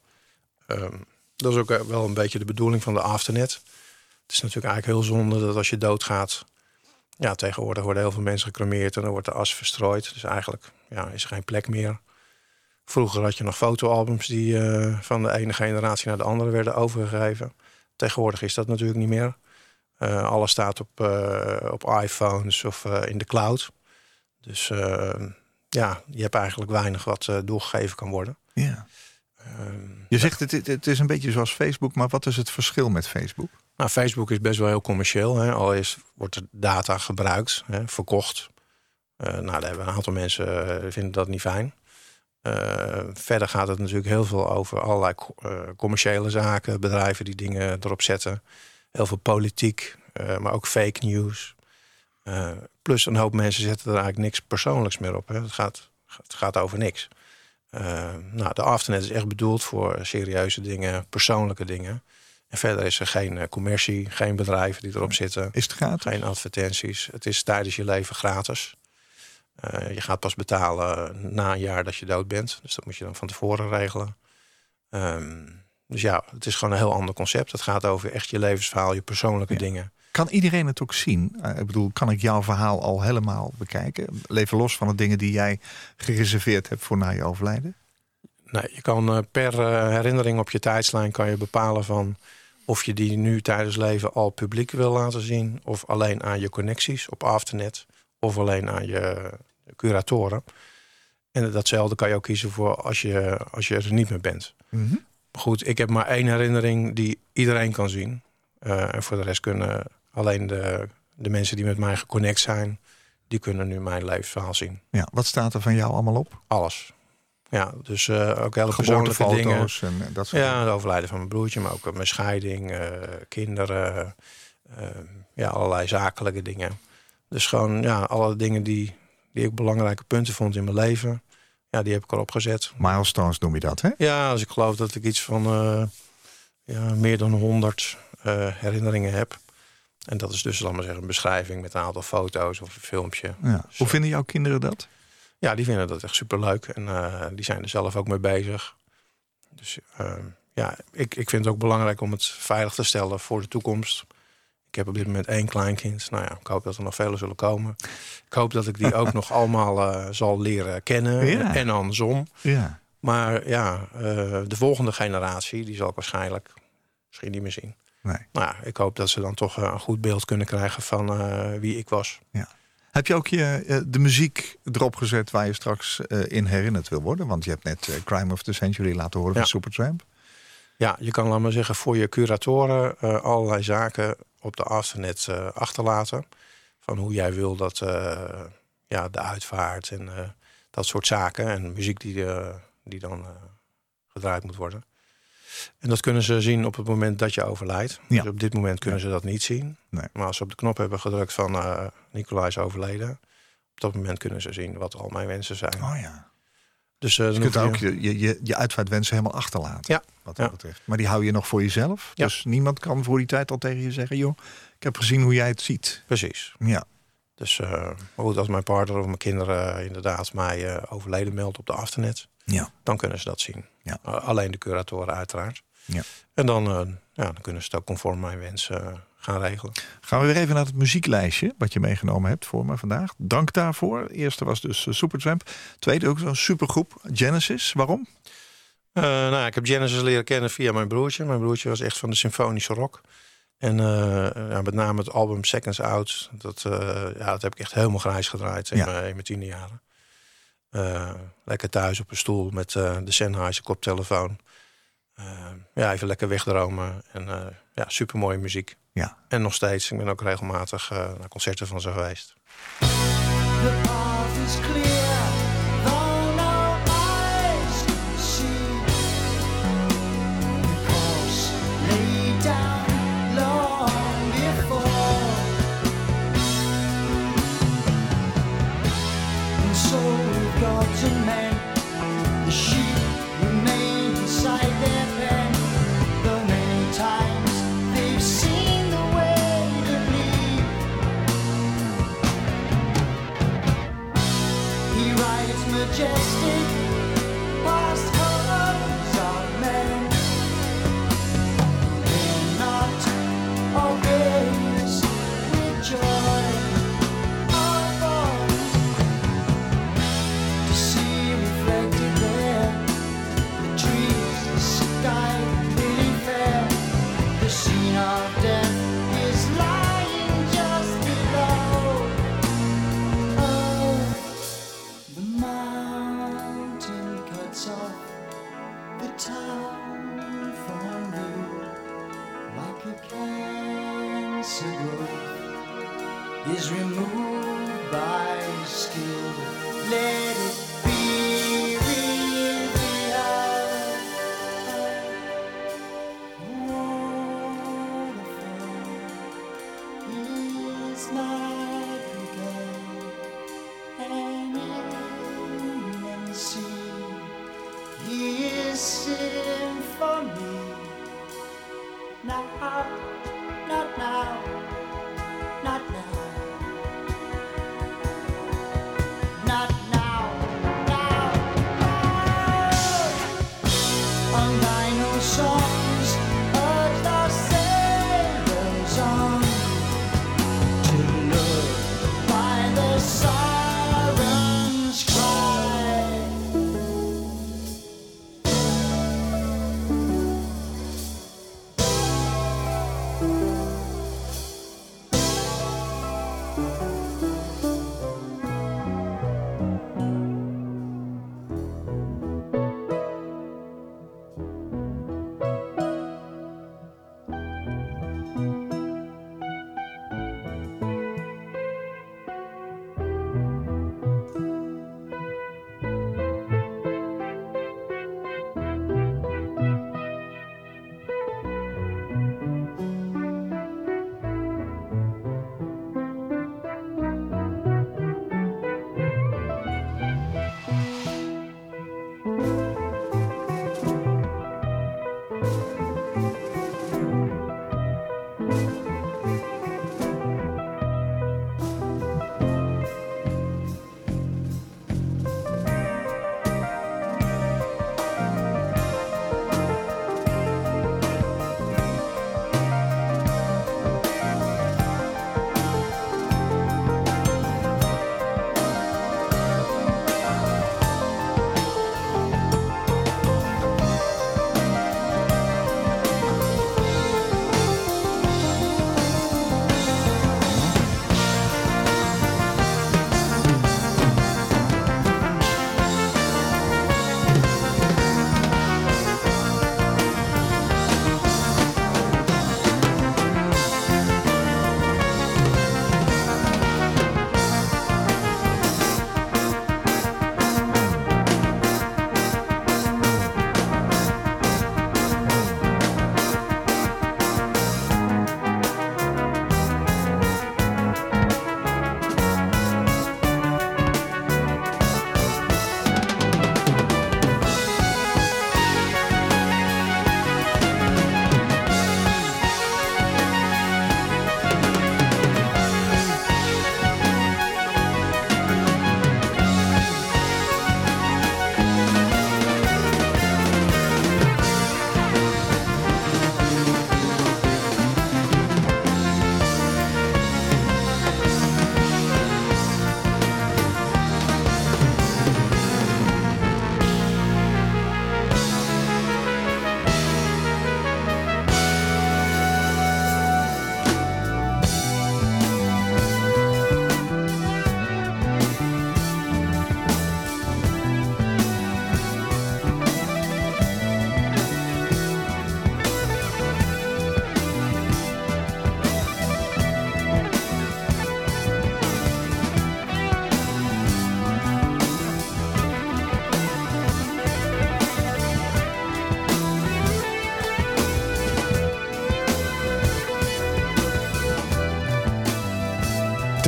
Speaker 4: Um, dat is ook uh, wel een beetje de bedoeling van de Afternet... Het is natuurlijk eigenlijk heel zonde dat als je doodgaat... Ja, tegenwoordig worden heel veel mensen gecremeerd... en dan wordt de as verstrooid. Dus eigenlijk ja, is er geen plek meer. Vroeger had je nog fotoalbums... die uh, van de ene generatie naar de andere werden overgegeven. Tegenwoordig is dat natuurlijk niet meer. Uh, alles staat op, uh, op iPhones of uh, in de cloud. Dus uh, ja, je hebt eigenlijk weinig wat uh, doorgegeven kan worden.
Speaker 3: Ja.
Speaker 4: Um,
Speaker 3: Je zegt het, het, het is een beetje zoals Facebook, maar wat is het verschil met Facebook?
Speaker 4: Nou, Facebook is best wel heel commercieel. Hè. Al is, wordt er data gebruikt, hè, verkocht. Uh, nou, daar hebben een aantal mensen uh, vinden dat niet fijn. Uh, verder gaat het natuurlijk heel veel over allerlei uh, commerciële zaken, bedrijven die dingen erop zetten. Heel veel politiek, uh, maar ook fake news. Uh, plus een hoop mensen zetten er eigenlijk niks persoonlijks meer op. Hè. Het, gaat, het gaat over niks. Uh, nou, de Afternet is echt bedoeld voor serieuze dingen, persoonlijke dingen. En verder is er geen uh, commercie, geen bedrijven die erop zitten.
Speaker 3: Is het gratis?
Speaker 4: Geen advertenties. Het is tijdens je leven gratis. Uh, je gaat pas betalen na een jaar dat je dood bent. Dus dat moet je dan van tevoren regelen. Um, dus ja, het is gewoon een heel ander concept. Het gaat over echt je levensverhaal, je persoonlijke ja. dingen.
Speaker 3: Kan iedereen het ook zien? Uh, ik bedoel, kan ik jouw verhaal al helemaal bekijken? Leven los van de dingen die jij gereserveerd hebt voor na je overlijden?
Speaker 4: Nee, je kan uh, per uh, herinnering op je tijdslijn kan je bepalen van of je die nu tijdens leven al publiek wil laten zien, of alleen aan je connecties op Afternet, of alleen aan je curatoren. En datzelfde kan je ook kiezen voor als je, als je er niet meer bent.
Speaker 3: Mm-hmm.
Speaker 4: Goed, ik heb maar één herinnering die iedereen kan zien. Uh, en voor de rest kunnen alleen de, de mensen die met mij geconnect zijn, die kunnen nu mijn levensverhaal zien.
Speaker 3: Ja, wat staat er van jou allemaal op?
Speaker 4: Alles. Ja, dus uh, ook hele persoonlijke dingen.
Speaker 3: En dat soort
Speaker 4: ja, het overlijden van mijn broertje, maar ook mijn scheiding, uh, kinderen, uh, ja, allerlei zakelijke dingen. Dus gewoon, ja, alle dingen die, die ik belangrijke punten vond in mijn leven, ja, die heb ik erop gezet.
Speaker 3: Milestones noem je dat, hè?
Speaker 4: Ja, dus ik geloof dat ik iets van uh, ja, meer dan honderd uh, herinneringen heb. En dat is dus, laat maar zeggen, een beschrijving met een aantal foto's of een filmpje.
Speaker 3: Ja. Hoe vinden jouw kinderen dat?
Speaker 4: Ja, die vinden dat echt superleuk. En uh, die zijn er zelf ook mee bezig. Dus uh, ja, ik, ik vind het ook belangrijk om het veilig te stellen voor de toekomst. Ik heb op dit moment één kleinkind. Nou ja, ik hoop dat er nog vele zullen komen. Ik hoop dat ik die ook nog allemaal uh, zal leren kennen.
Speaker 3: Ja.
Speaker 4: En andersom.
Speaker 3: Ja.
Speaker 4: Maar ja, uh, de volgende generatie, die zal ik waarschijnlijk misschien niet meer zien.
Speaker 3: Nee.
Speaker 4: Nou ja, ik hoop dat ze dan toch uh, een goed beeld kunnen krijgen van uh, wie ik was.
Speaker 3: Ja. Heb je ook je, uh, de muziek erop gezet waar je straks uh, in herinnerd wil worden? Want je hebt net uh, Crime of the Century laten horen
Speaker 4: ja.
Speaker 3: van Supertramp.
Speaker 4: Ja, je kan, laat maar zeggen, voor je curatoren uh, allerlei zaken op de Afternet uh, achterlaten. Van hoe jij wil dat uh, ja, de uitvaart en uh, dat soort zaken. En muziek die, uh, die dan uh, gedraaid moet worden. En dat kunnen ze zien op het moment dat je overlijdt.
Speaker 3: Ja.
Speaker 4: Dus op dit moment kunnen
Speaker 3: ja.
Speaker 4: ze dat niet zien.
Speaker 3: Nee.
Speaker 4: Maar als ze op de knop hebben gedrukt van uh, Nicolai is overleden, op dat moment kunnen ze zien wat al mijn wensen zijn.
Speaker 3: Oh ja.
Speaker 4: Dus uh,
Speaker 3: je
Speaker 4: dan
Speaker 3: kunt
Speaker 4: hoef
Speaker 3: ook je, je, je, je uitvaartwensen helemaal achterlaten.
Speaker 4: Ja.
Speaker 3: Wat dat
Speaker 4: Ja.
Speaker 3: betreft. Maar die hou je nog voor jezelf.
Speaker 4: Ja.
Speaker 3: Dus niemand kan voor die tijd al tegen je zeggen, joh, ik heb gezien hoe jij het ziet.
Speaker 4: Precies.
Speaker 3: Ja.
Speaker 4: Dus uh, maar goed, als mijn partner of mijn kinderen uh, inderdaad mij uh, overleden meldt op de Afternet,
Speaker 3: Ja.
Speaker 4: dan kunnen ze dat zien.
Speaker 3: Ja.
Speaker 4: Uh, alleen de curatoren uiteraard.
Speaker 3: Ja.
Speaker 4: En dan, uh, ja, dan kunnen ze het ook conform mijn wensen uh, gaan regelen.
Speaker 3: Gaan we weer even naar het muzieklijstje wat je meegenomen hebt voor me vandaag. Dank daarvoor. De eerste was dus uh, Supertramp. Tweede ook zo'n supergroep, Genesis. Waarom?
Speaker 4: Uh, nou ja, ik heb Genesis leren kennen via mijn broertje. Mijn broertje was echt van de symfonische rock. En uh, ja, met name het album Seconds Out. Dat, uh, ja, dat heb ik echt helemaal grijs gedraaid in,
Speaker 3: Ja.
Speaker 4: mijn, in mijn tiende jaren. Uh, lekker thuis op een stoel met uh, de Sennheiser koptelefoon. Uh, ja, even lekker wegdromen. En uh, ja, supermooie muziek.
Speaker 3: Ja.
Speaker 4: En nog steeds. Ik ben ook regelmatig uh, naar concerten van ze geweest.
Speaker 5: The path is clear, though no eyes see. The course laid down long before, and so we've got to mend. The sheep remain inside their pen, though many times they've seen the way to lead. He rides majestic past hordes of men. They're not always with joy or boy to see reflected there the trees, the sky, really fair. The scene of death is lying just below. Oh, the mountains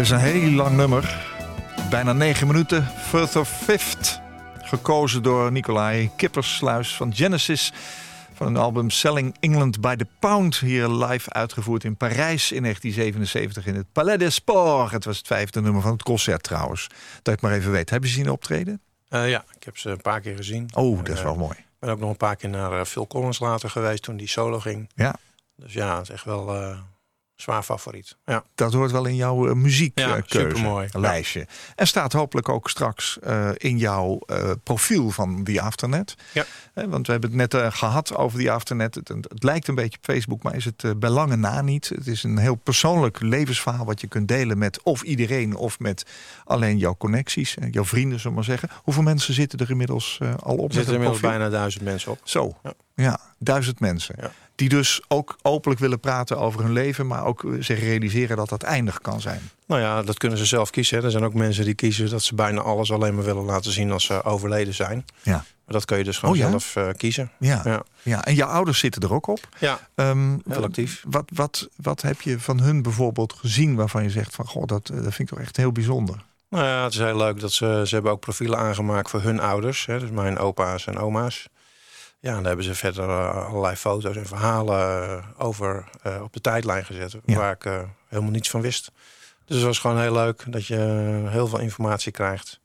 Speaker 3: is een heel lang nummer. Bijna negen minuten. Further Fifth. Gekozen door Nicolai Kippersluis van Genesis. Van een album Selling England by the Pound. Hier live uitgevoerd in Parijs in negentien zevenenzeventig in het Palais des Sports. Het was het vijfde nummer van het concert trouwens. Dat je het maar even weet. Heb je ze zien optreden?
Speaker 4: Uh, ja, ik heb ze een paar keer gezien.
Speaker 3: Oh, dat is
Speaker 4: uh,
Speaker 3: wel mooi.
Speaker 4: Ik ben ook nog een paar keer naar uh, Phil Collins later geweest toen die solo ging.
Speaker 3: Ja.
Speaker 4: Dus ja, het is echt wel uh, zwaar favoriet. Ja.
Speaker 3: Dat hoort wel in jouw uh, muziekkeuze.
Speaker 4: Ja, supermooi.
Speaker 3: Lijstje. Ja. En staat hopelijk ook straks uh, in jouw uh, profiel van The Afternet.
Speaker 4: Ja.
Speaker 3: He, want we hebben het net uh, gehad over The Afternet. Het, het, het lijkt een beetje op Facebook, maar is het uh, bij lange na niet. Het is een heel persoonlijk levensverhaal wat je kunt delen met of iedereen of met alleen jouw connecties. Uh, jouw vrienden, zullen we maar zeggen. Hoeveel mensen zitten er inmiddels uh, al op?
Speaker 4: Er zitten inmiddels bijna duizend mensen op.
Speaker 3: Zo,
Speaker 4: ja,
Speaker 3: ja duizend mensen.
Speaker 4: Ja.
Speaker 3: Die dus ook openlijk willen praten over hun leven, maar ook zich realiseren dat dat eindig kan zijn.
Speaker 4: Nou ja, dat kunnen ze zelf kiezen. Hè. Er zijn ook mensen die kiezen dat ze bijna alles alleen maar willen laten zien als ze overleden zijn.
Speaker 3: Ja.
Speaker 4: Maar dat kun je dus gewoon
Speaker 3: oh, ja?
Speaker 4: zelf uh, kiezen.
Speaker 3: Ja.
Speaker 4: Ja.
Speaker 3: Ja, en jouw ouders zitten er ook op.
Speaker 4: Ja,
Speaker 3: um,
Speaker 4: heel actief.
Speaker 3: Wat, wat, wat heb je van hun bijvoorbeeld gezien waarvan je zegt van goh, dat, dat vind ik toch echt heel bijzonder?
Speaker 4: Nou ja, het is heel leuk dat ze, ze hebben ook profielen aangemaakt voor hun ouders. Hè, dus mijn opa's en oma's. Ja, en daar hebben ze verder uh, allerlei foto's en verhalen uh, over uh, op de tijdlijn gezet. Ja. Waar ik uh, helemaal niets van wist. Dus het was gewoon heel leuk dat je heel veel informatie krijgt.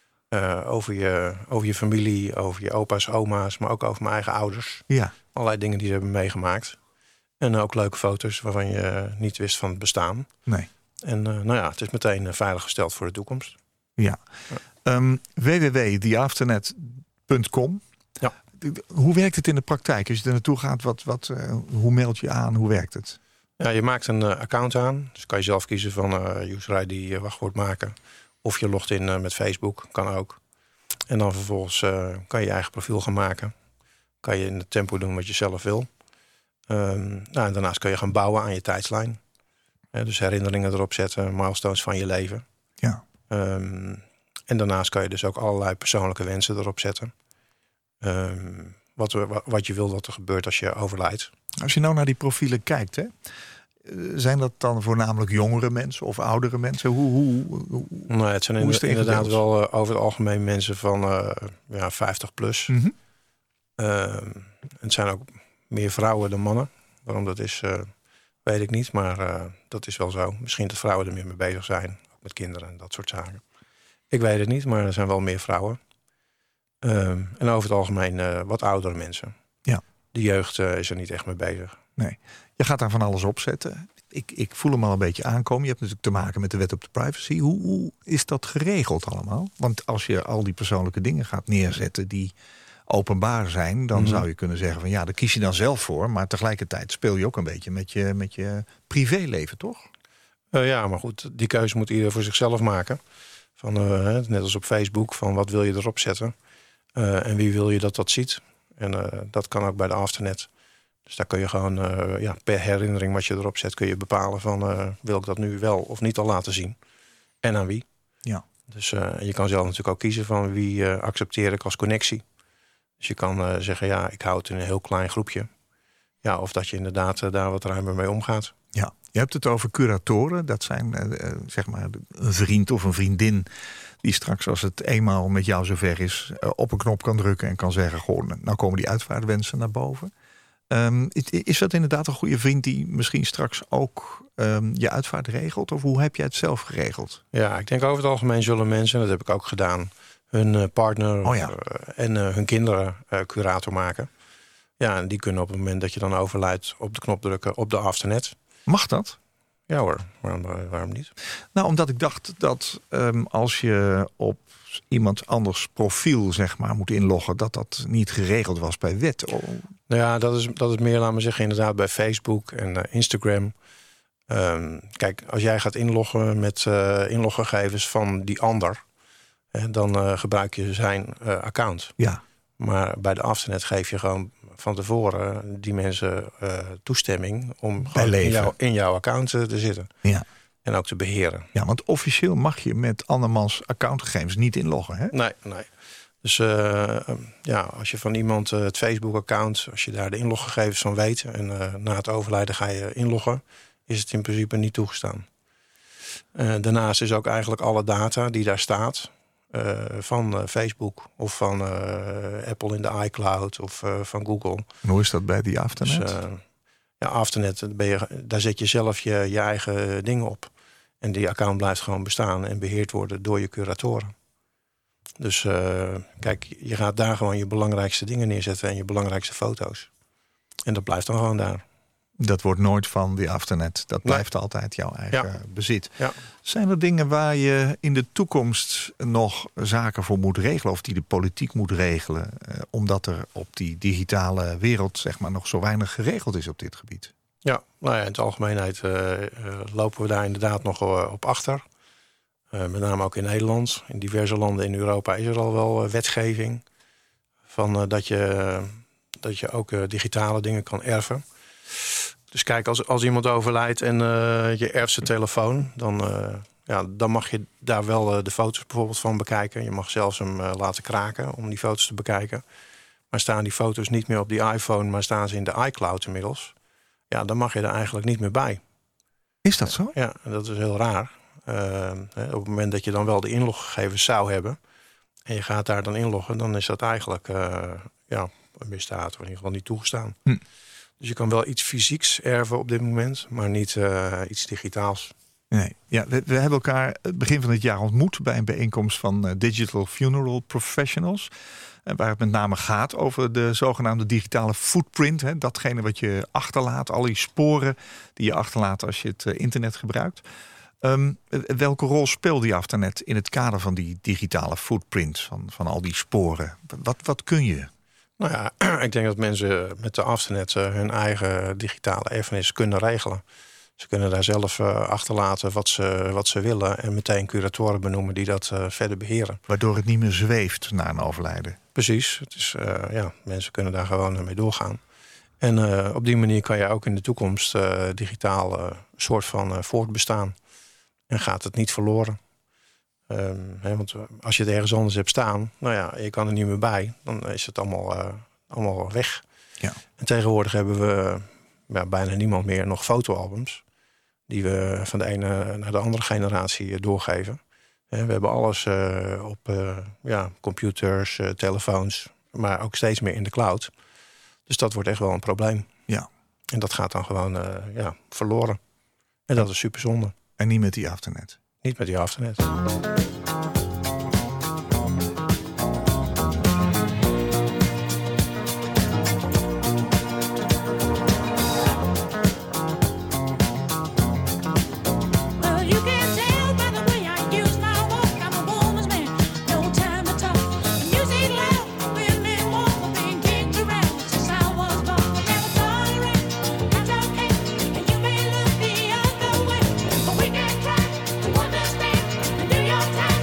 Speaker 4: Uh, over, je, over je familie, over je opa's, oma's, maar ook over mijn eigen ouders.
Speaker 3: Ja.
Speaker 4: Allerlei dingen die ze hebben meegemaakt. En ook leuke foto's waarvan je niet wist van het bestaan.
Speaker 3: Nee.
Speaker 4: En uh, nou ja, het is meteen uh, veiliggesteld voor de toekomst.
Speaker 3: Ja. ja. Um, w w w punt the afternet punt com.
Speaker 4: Ja.
Speaker 3: Hoe werkt het in de praktijk? Als je er naartoe gaat, wat, wat, uh, hoe meld je aan? Hoe werkt het?
Speaker 4: Ja, je maakt een uh, account aan. Dus kan je zelf kiezen van uh, user I D, uh, wachtwoord maken. Of je logt in uh, met Facebook, kan ook. En dan vervolgens uh, kan je je eigen profiel gaan maken. Kan je in het tempo doen wat je zelf wil. Um, nou, en daarnaast kun je gaan bouwen aan je tijdslijn. Uh, dus herinneringen erop zetten, milestones van je leven.
Speaker 3: Ja.
Speaker 4: Um, en daarnaast kan je dus ook allerlei persoonlijke wensen erop zetten. Um, wat, wat je wil dat er gebeurt als je overlijdt.
Speaker 3: Als je nou naar die profielen kijkt, hè, zijn dat dan voornamelijk jongere mensen of oudere mensen? Hoe, hoe, hoe,
Speaker 4: nou, het zijn
Speaker 3: hoe is het
Speaker 4: inderdaad wel uh, over het algemeen mensen van uh, ja, vijftig plus.
Speaker 3: Mm-hmm.
Speaker 4: Uh, het zijn ook meer vrouwen dan mannen. Waarom dat is, uh, weet ik niet. Maar uh, dat is wel zo. Misschien dat vrouwen er meer mee bezig zijn. Ook met kinderen en dat soort zaken. Ik weet het niet, maar er zijn wel meer vrouwen. Uh, en over het algemeen uh, wat oudere mensen.
Speaker 3: Ja.
Speaker 4: De jeugd uh, is er niet echt mee bezig.
Speaker 3: Nee. Je gaat daar van alles op zetten. Ik, ik voel hem al een beetje aankomen. Je hebt natuurlijk te maken met de wet op de privacy. Hoe, hoe is dat geregeld allemaal? Want als je al die persoonlijke dingen gaat neerzetten die openbaar zijn, dan mm-hmm. zou je kunnen zeggen van ja, daar kies je dan zelf voor. Maar tegelijkertijd speel je ook een beetje met je, met je privéleven, toch?
Speaker 4: Uh, ja, maar goed, die keuze moet ieder voor zichzelf maken. Van, uh, net als op Facebook, van wat wil je erop zetten? Uh, en wie wil je dat dat ziet? En uh, dat kan ook bij de Afternet. Dus daar kun je gewoon uh, ja, per herinnering wat je erop zet, kun je bepalen van uh, wil ik dat nu wel of niet al laten zien. En aan wie.
Speaker 3: Ja.
Speaker 4: Dus uh, je kan zelf natuurlijk ook kiezen van wie uh, accepteer ik als connectie. Dus je kan uh, zeggen ja, ik hou het in een heel klein groepje. Ja, of dat je inderdaad uh, daar wat ruimer mee omgaat.
Speaker 3: Ja, je hebt het over curatoren. Dat zijn uh, zeg maar een vriend of een vriendin die straks als het eenmaal met jou zover is uh, op een knop kan drukken en kan zeggen goh, nou komen die uitvaartwensen naar boven. Um, is dat inderdaad een goede vriend die misschien straks ook um, je uitvaart regelt? Of hoe heb jij het zelf geregeld?
Speaker 4: Ja, ik denk over het algemeen zullen mensen, dat heb ik ook gedaan, hun uh, partner
Speaker 3: oh ja.
Speaker 4: uh, en uh, hun kinderen uh, curator maken. Ja, en die kunnen op het moment dat je dan overlijdt op de knop drukken op de Afternet.
Speaker 3: Mag dat?
Speaker 4: Ja hoor, waarom, waarom niet?
Speaker 3: Nou, omdat ik dacht dat um, als je op iemand anders profiel zeg maar moet inloggen, dat dat niet geregeld was bij wet. Oh.
Speaker 4: Nou ja, dat is, dat is meer, laat maar zeggen, inderdaad bij Facebook en uh, Instagram. Um, kijk, als jij gaat inloggen met uh, inloggegevens van die ander, hè, dan uh, gebruik je zijn uh, account.
Speaker 3: Ja.
Speaker 4: Maar bij de Afternet geef je gewoon van tevoren die mensen uh, toestemming om gewoon in, jou, in jouw account uh, te zitten.
Speaker 3: Ja.
Speaker 4: En ook te beheren.
Speaker 3: Ja, want officieel mag je met andermans accountgegevens niet inloggen, hè?
Speaker 4: Nee, nee. Dus uh, ja, als je van iemand uh, het Facebook-account, als je daar de inloggegevens van weet en uh, na het overlijden ga je inloggen, is het in principe niet toegestaan. Uh, daarnaast is ook eigenlijk alle data die daar staat... Uh, van uh, Facebook of van uh, Apple in de iCloud of uh, van Google.
Speaker 3: En hoe is dat bij die Afternet?
Speaker 4: Dus, uh, ja, Afternet, ben je, daar zet je zelf je, je eigen dingen op. En die account blijft gewoon bestaan en beheerd worden door je curatoren. Dus uh, kijk, je gaat daar gewoon je belangrijkste dingen neerzetten en je belangrijkste foto's. En dat blijft dan gewoon daar.
Speaker 3: Dat wordt nooit van die Afternet. Dat
Speaker 4: Nee.
Speaker 3: blijft altijd jouw eigen
Speaker 4: Ja.
Speaker 3: bezit.
Speaker 4: Ja.
Speaker 3: Zijn er dingen waar je in de toekomst nog zaken voor moet regelen... of die de politiek moet regelen... Eh, omdat er op die digitale wereld zeg maar, nog zo weinig geregeld is op dit gebied?
Speaker 4: Ja, nou ja, in het algemeenheid uh, uh, lopen we daar inderdaad nog uh, op achter. Uh, met name ook in Nederland. In diverse landen in Europa is er al wel uh, wetgeving... van uh, dat, je, uh, dat je ook uh, digitale dingen kan erven. Dus kijk, als, als iemand overlijdt en uh, je erft zijn telefoon... Dan, uh, ja, dan mag je daar wel uh, de foto's bijvoorbeeld van bekijken. Je mag zelfs hem uh, laten kraken om die foto's te bekijken. Maar staan die foto's niet meer op die iPhone... maar staan ze in de iCloud inmiddels... ja, dan mag je er eigenlijk niet meer bij.
Speaker 3: Is dat zo?
Speaker 4: Ja, en dat is heel raar. Uh, hè, op het moment dat je dan wel de inloggegevens zou hebben... en je gaat daar dan inloggen... dan is dat eigenlijk uh, ja, een misdaad of in ieder geval niet toegestaan.
Speaker 3: Hm.
Speaker 4: Dus je kan wel iets fysieks erven op dit moment... maar niet uh, iets digitaals.
Speaker 3: Nee. Ja, we, we hebben elkaar het begin van het jaar ontmoet... bij een bijeenkomst van uh, Digital Funeral Professionals... Uh, waar het met name gaat over de zogenaamde digitale footprint. Hè, datgene wat je achterlaat, al die sporen die je achterlaat... als je het uh, internet gebruikt. Um, welke rol speelt die Afternet in het kader van die digitale footprint... van, van al die sporen? Wat, wat kun je?
Speaker 4: Nou ja, ik denk dat mensen met de Afternet uh, hun eigen digitale erfenis kunnen regelen. Ze kunnen daar zelf uh, achterlaten wat ze, wat ze willen... en meteen curatoren benoemen die dat uh, verder beheren.
Speaker 3: Waardoor het niet meer zweeft na een overlijden.
Speaker 4: Precies. Het is, uh, ja, mensen kunnen daar gewoon mee doorgaan. En uh, op die manier kan je ook in de toekomst uh, digitaal uh, soort van uh, voortbestaan. En gaat het niet verloren. Um, hè, want als je het ergens anders hebt staan... nou ja, je kan er niet meer bij... dan is het allemaal, uh, allemaal weg.
Speaker 3: Ja.
Speaker 4: En tegenwoordig hebben we ja, bijna niemand meer nog fotoalbums... die we van de ene naar de andere generatie doorgeven. We hebben alles uh, op uh, ja, computers, uh, telefoons... maar ook steeds meer in de cloud. Dus dat wordt echt wel een probleem.
Speaker 3: Ja.
Speaker 4: En dat gaat dan gewoon uh, ja, verloren. En dat is superzonde.
Speaker 3: En niet met die Afternet.
Speaker 4: Niet met die Afternet.
Speaker 6: Your time.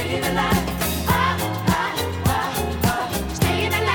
Speaker 5: staying alive. Ah, ah, ah, ah, staying alive.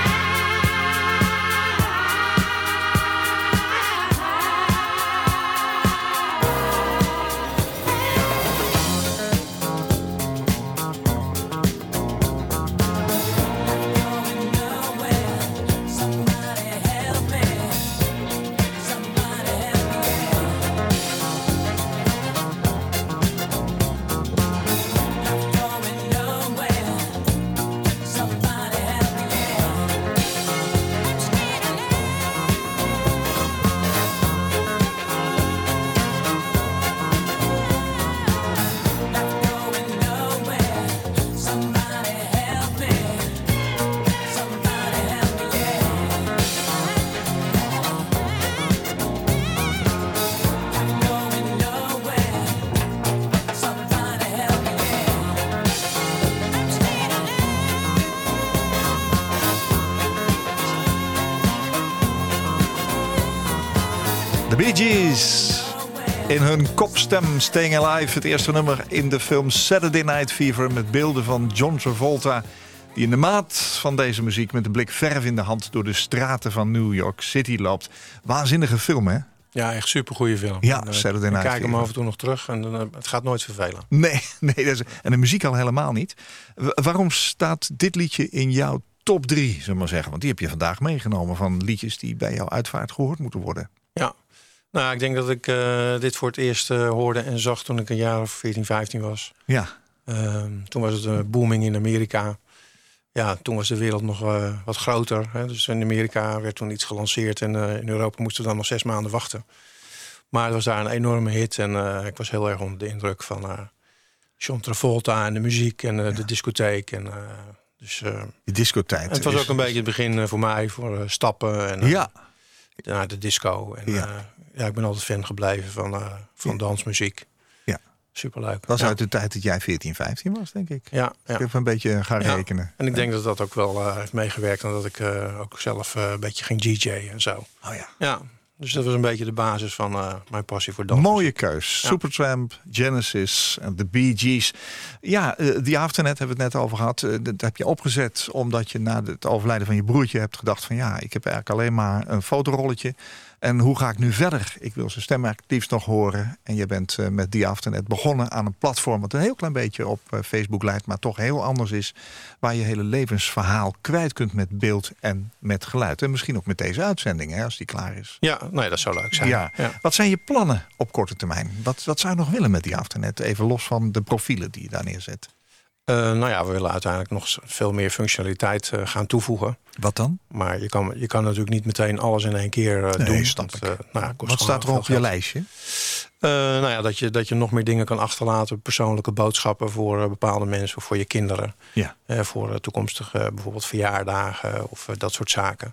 Speaker 3: De Bee Gees in hun kopstem Staying Alive. Het eerste nummer in de film Saturday Night Fever met beelden van John Travolta, die in de maat van deze muziek met een blik verf in de hand door de straten van New York City loopt. Waanzinnige film, hè?
Speaker 4: Ja, echt supergoeie film.
Speaker 3: Ja,
Speaker 4: en, uh,
Speaker 3: Saturday
Speaker 4: ik
Speaker 3: Night
Speaker 4: kijk hem
Speaker 3: Fever.
Speaker 4: af en toe nog terug en uh, het gaat nooit vervelen.
Speaker 3: Nee, nee dat is, en de muziek al helemaal niet. W- waarom staat dit liedje in jouw top drie, zullen we maar zeggen? Want die heb je vandaag meegenomen van liedjes die bij jouw uitvaart gehoord moeten worden.
Speaker 4: Ja, nou, ik denk dat ik uh, dit voor het eerst uh, hoorde en zag toen ik een jaar of veertien, vijftien was.
Speaker 3: Ja.
Speaker 4: Uh, toen was het uh, booming in Amerika. Ja, toen was de wereld nog uh, wat groter. Hè? Dus in Amerika werd toen iets gelanceerd en uh, in Europa moesten we dan nog zes maanden wachten. Maar het was daar een enorme hit en uh, ik was heel erg onder de indruk van uh, John Travolta en de muziek en uh,
Speaker 3: Ja.
Speaker 4: de discotheek. En, uh, dus, uh,
Speaker 3: Die discotijd.
Speaker 4: het was
Speaker 3: is-
Speaker 4: ook een beetje het begin uh, voor mij, voor uh, stappen en uh,
Speaker 3: Ja,
Speaker 4: naar de disco. En,
Speaker 3: Ja.
Speaker 4: ja. ja, ik ben altijd fan gebleven van, uh, van
Speaker 3: Ja.
Speaker 4: dansmuziek.
Speaker 3: Ja.
Speaker 4: Superleuk.
Speaker 3: dat was
Speaker 4: ja.
Speaker 3: uit de tijd dat jij veertien, vijftien was, denk ik.
Speaker 4: Ja,
Speaker 3: Ik
Speaker 4: ja.
Speaker 3: heb een beetje gaan
Speaker 4: Ja.
Speaker 3: rekenen.
Speaker 4: En ik denk dat dat ook wel uh, heeft meegewerkt. En dat ik uh, ook zelf uh, een beetje ging D J'en en zo.
Speaker 3: Oh ja.
Speaker 4: Ja, dus dat was een beetje de basis van uh, mijn passie voor dans.
Speaker 3: Mooie keus.
Speaker 4: Ja.
Speaker 3: Supertramp, Genesis en de Bee Gees. Ja, uh, The Afternet hebben we het net over gehad. Uh, dat heb je opgezet omdat je na het overlijden van je broertje hebt gedacht van ja, ik heb eigenlijk alleen maar een fotorolletje. En hoe ga ik nu verder? Ik wil zijn stem eigenlijk het liefst nog horen. En je bent uh, met The Afternet begonnen aan een platform wat een heel klein beetje op uh, Facebook lijkt, maar toch heel anders is. Waar je hele levensverhaal kwijt kunt met beeld en met geluid. En misschien ook met deze uitzending, hè, als die klaar is.
Speaker 4: Ja, nee, dat zou leuk zijn.
Speaker 3: Ja.
Speaker 4: Ja.
Speaker 3: Wat zijn je plannen op korte termijn? Wat, wat zou je nog willen met die Afternet? Even los van de profielen die je daar neerzet.
Speaker 4: Uh, nou ja, we willen uiteindelijk nog veel meer functionaliteit uh, gaan toevoegen.
Speaker 3: Wat dan?
Speaker 4: Maar je kan, je kan natuurlijk niet meteen alles in één keer uh,
Speaker 3: Nee,
Speaker 4: doen.
Speaker 3: snap
Speaker 4: want,
Speaker 3: ik.
Speaker 4: uh, nou, ja, kost
Speaker 3: Wat
Speaker 4: gewoon
Speaker 3: staat er
Speaker 4: veel
Speaker 3: op je
Speaker 4: geld.
Speaker 3: lijstje?
Speaker 4: Uh, nou ja, dat je, dat je nog meer dingen kan achterlaten. Persoonlijke boodschappen voor uh, bepaalde mensen of voor je kinderen.
Speaker 3: Ja.
Speaker 4: Uh, voor uh, toekomstige uh, bijvoorbeeld verjaardagen of uh, dat soort zaken.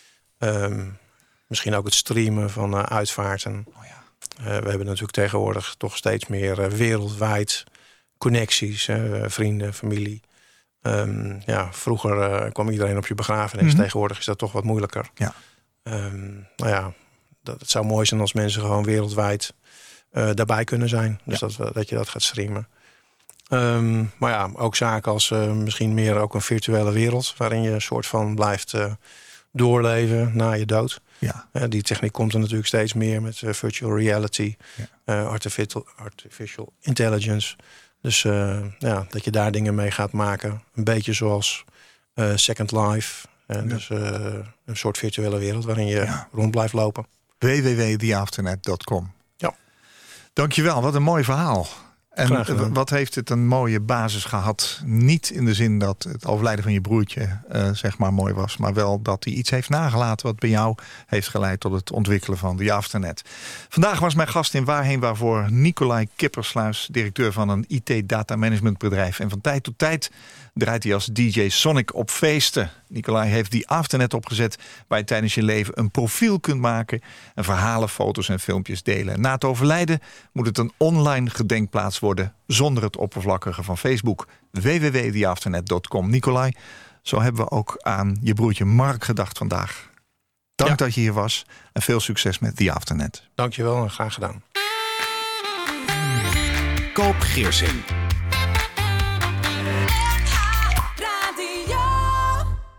Speaker 4: Um, misschien ook het streamen van uh, uitvaarten.
Speaker 3: Oh ja.
Speaker 4: Uh, we hebben natuurlijk tegenwoordig toch steeds meer uh, wereldwijd connecties. Uh, vrienden, familie. Um, ja, vroeger uh, kwam iedereen op je begrafenis.
Speaker 3: Mhm.
Speaker 4: Tegenwoordig is dat toch wat moeilijker.
Speaker 3: Ja.
Speaker 4: Um, nou ja, dat, het zou mooi zijn als mensen gewoon wereldwijd uh, daarbij kunnen zijn. Dus
Speaker 3: Ja.
Speaker 4: dat, we- dat je dat gaat streamen. Um, maar ja, ook zaken als uh, misschien meer ook een virtuele wereld, waarin je een soort van blijft uh, doorleven na je dood.
Speaker 3: Ja.
Speaker 4: Uh, die techniek komt er natuurlijk steeds meer met uh, virtual reality,
Speaker 3: Ja.
Speaker 4: uh, artificial, artificial intelligence. Dus uh, ja, dat je daar dingen mee gaat maken. Een beetje zoals uh, Second Life. Uh,
Speaker 3: Ja.
Speaker 4: Dus uh, een soort virtuele wereld waarin je
Speaker 3: Ja.
Speaker 4: rond blijft lopen.
Speaker 3: w w w punt the afternet punt com.
Speaker 4: Ja.
Speaker 3: Dankjewel, wat een mooi verhaal. En
Speaker 4: Graag gedaan.
Speaker 3: wat heeft het een mooie basis gehad? Niet in de zin dat het overlijden van je broertje uh, zeg maar mooi was, maar wel dat hij iets heeft nagelaten wat bij jou heeft geleid tot het ontwikkelen van The Afternet. Vandaag was mijn gast in Waarheen Waarvoor Nicolai Kippersluis, directeur van een I T-datamanagementbedrijf. En van tijd tot tijd draait hij als D J Sonic op feesten. Nicolai heeft die Afternet opgezet waar je tijdens je leven een profiel kunt maken en verhalen, foto's en filmpjes delen. Na het overlijden moet het een online gedenkplaats worden zonder het oppervlakkige van Facebook. w w w punt the afternet punt com. Nicolai, zo hebben we ook aan je broertje Mark gedacht vandaag. Dank
Speaker 4: Ja.
Speaker 3: dat je hier was en veel succes met The Afternet.
Speaker 4: Dankjewel en graag gedaan.
Speaker 2: Koop Geersing.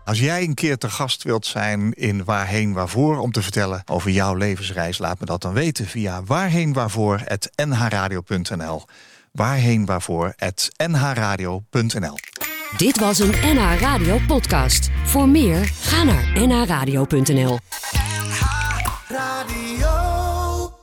Speaker 3: Als jij een keer te gast wilt zijn in Waarheen Waarvoor om te vertellen over jouw levensreis, laat me dat dan weten via waarheenwaarvoor apenstaartje n h radio punt n l. waarheenwaarvoor apenstaartje n h radio punt n l.
Speaker 1: Dit was een N H Radio podcast. Voor meer, ga naar n h radio punt n l.